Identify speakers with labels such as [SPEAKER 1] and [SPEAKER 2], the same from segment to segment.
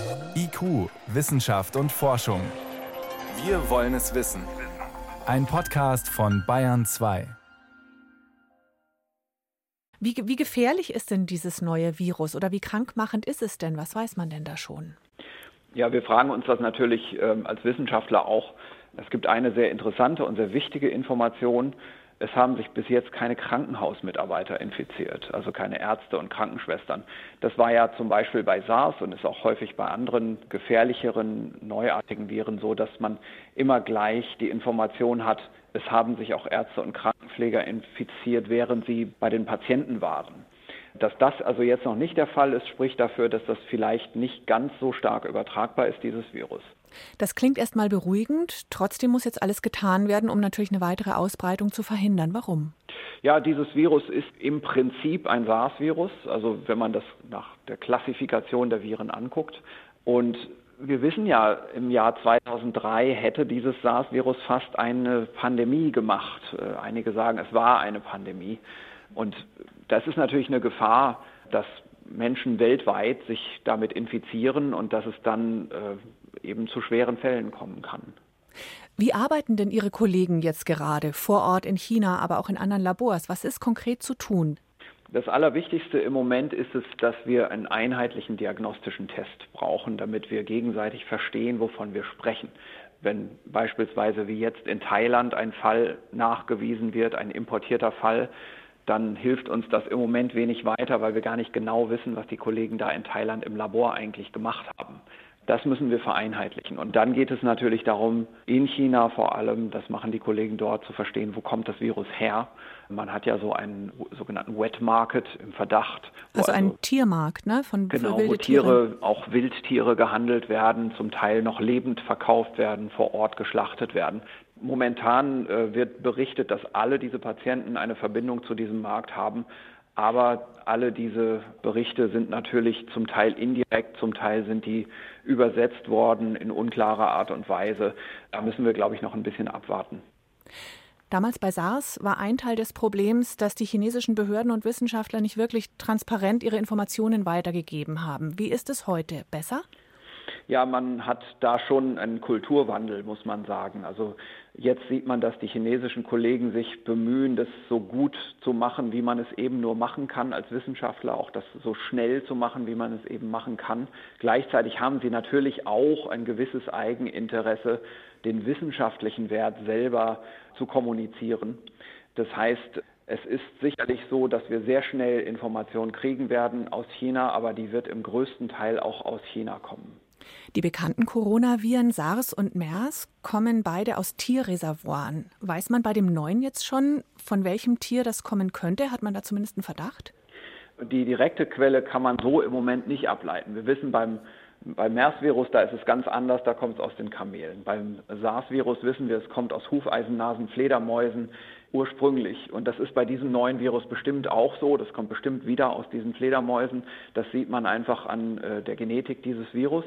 [SPEAKER 1] IQ, Wissenschaft und Forschung. Wir wollen es wissen. Ein Podcast von Bayern 2.
[SPEAKER 2] Wie gefährlich ist denn dieses neue Virus oder wie krankmachend ist es denn? Was weiß man denn da schon?
[SPEAKER 3] Ja, wir fragen uns das natürlich als Wissenschaftler auch. Es gibt eine sehr interessante und sehr wichtige Information. Es haben sich bis jetzt keine Krankenhausmitarbeiter infiziert, also keine Ärzte und Krankenschwestern. Das war ja zum Beispiel bei SARS und ist auch häufig bei anderen gefährlicheren, neuartigen Viren so, dass man immer gleich die Information hat, es haben sich auch Ärzte und Krankenpfleger infiziert, während sie bei den Patienten waren. Dass das also jetzt noch nicht der Fall ist, spricht dafür, dass das vielleicht nicht ganz so stark übertragbar ist, dieses Virus.
[SPEAKER 2] Das klingt erstmal beruhigend. Trotzdem muss jetzt alles getan werden, um natürlich eine weitere Ausbreitung zu verhindern. Warum?
[SPEAKER 3] Ja, dieses Virus ist im Prinzip ein SARS-Virus, also wenn man das nach der Klassifikation der Viren anguckt. Und wir wissen ja, im Jahr 2003 hätte dieses SARS-Virus fast eine Pandemie gemacht. Einige sagen, es war eine Pandemie. Und das ist natürlich eine Gefahr, dass Menschen weltweit sich damit infizieren und dass es dann eben zu schweren Fällen kommen kann.
[SPEAKER 2] Wie arbeiten denn Ihre Kollegen jetzt gerade vor Ort in China, aber auch in anderen Labors? Was ist konkret zu tun?
[SPEAKER 3] Das Allerwichtigste im Moment ist es, dass wir einen einheitlichen diagnostischen Test brauchen, damit wir gegenseitig verstehen, wovon wir sprechen. Wenn beispielsweise wie jetzt in Thailand ein Fall nachgewiesen wird, ein importierter Fall, dann hilft uns das im Moment wenig weiter, weil wir gar nicht genau wissen, was die Kollegen da in Thailand im Labor eigentlich gemacht haben. Das müssen wir vereinheitlichen. Und dann geht es natürlich darum, in China vor allem, das machen die Kollegen dort, zu verstehen, wo kommt das Virus her. Man hat ja so einen sogenannten Wet Market im Verdacht.
[SPEAKER 2] Also ein Tiermarkt, ne?
[SPEAKER 3] Genau, wo Tiere, auch Wildtiere gehandelt werden, zum Teil noch lebend verkauft werden, vor Ort geschlachtet werden. Momentan wird berichtet, dass alle diese Patienten eine Verbindung zu diesem Markt haben. Aber alle diese Berichte sind natürlich zum Teil indirekt, zum Teil sind die übersetzt worden in unklarer Art und Weise. Da müssen wir, glaube ich, noch ein bisschen abwarten.
[SPEAKER 2] Damals bei SARS war ein Teil des Problems, dass die chinesischen Behörden und Wissenschaftler nicht wirklich transparent ihre Informationen weitergegeben haben. Wie ist es heute? Besser?
[SPEAKER 3] Ja, man hat da schon einen Kulturwandel, muss man sagen. Also jetzt sieht man, dass die chinesischen Kollegen sich bemühen, das so gut zu machen, wie man es eben nur machen kann als Wissenschaftler, auch das so schnell zu machen, wie man es eben machen kann. Gleichzeitig haben sie natürlich auch ein gewisses Eigeninteresse, den wissenschaftlichen Wert selber zu kommunizieren. Das heißt, es ist sicherlich so, dass wir sehr schnell Informationen kriegen werden aus China, aber die wird im größten Teil auch aus China kommen.
[SPEAKER 2] Die bekannten Coronaviren SARS und MERS kommen beide aus Tierreservoiren. Weiß man bei dem neuen jetzt schon, von welchem Tier das kommen könnte? Hat man da zumindest einen Verdacht?
[SPEAKER 3] Die direkte Quelle kann man so im Moment nicht ableiten. Wir wissen beim MERS-Virus, da ist es ganz anders, da kommt es aus den Kamelen. Beim SARS-Virus wissen wir, es kommt aus Hufeisennasen, Fledermäusen ursprünglich. Und das ist bei diesem neuen Virus bestimmt auch so. Das kommt bestimmt wieder aus diesen Fledermäusen. Das sieht man einfach an der Genetik dieses Virus.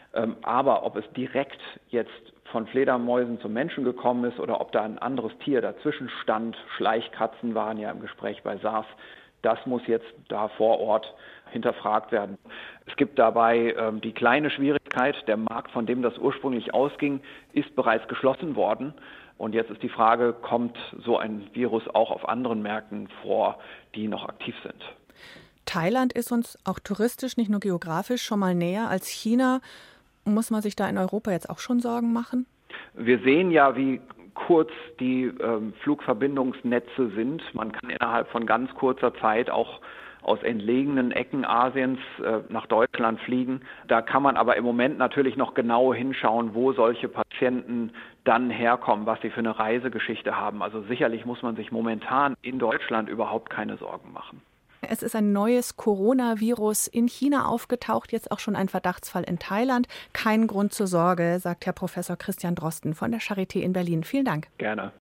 [SPEAKER 3] Aber ob es direkt jetzt von Fledermäusen zum Menschen gekommen ist oder ob da ein anderes Tier dazwischen stand, Schleichkatzen waren ja im Gespräch bei SARS, das muss jetzt da vor Ort hinterfragt werden. Es gibt dabei die kleine Schwierigkeit, der Markt, von dem das ursprünglich ausging, ist bereits geschlossen worden. Und jetzt ist die Frage, kommt so ein Virus auch auf anderen Märkten vor, die noch aktiv sind?
[SPEAKER 2] Thailand ist uns auch touristisch, nicht nur geografisch, schon mal näher als China. Muss man sich da in Europa jetzt auch schon Sorgen machen?
[SPEAKER 3] Wir sehen ja, wie kurz die Flugverbindungsnetze sind. Man kann innerhalb von ganz kurzer Zeit auch aus entlegenen Ecken Asiens nach Deutschland fliegen. Da kann man aber im Moment natürlich noch genau hinschauen, wo solche Patienten dann herkommen, was sie für eine Reisegeschichte haben. Also sicherlich muss man sich momentan in Deutschland überhaupt keine Sorgen machen.
[SPEAKER 2] Es ist ein neues Coronavirus in China aufgetaucht, jetzt auch schon ein Verdachtsfall in Thailand. Kein Grund zur Sorge, sagt Herr Professor Christian Drosten von der Charité in Berlin. Vielen Dank.
[SPEAKER 3] Gerne.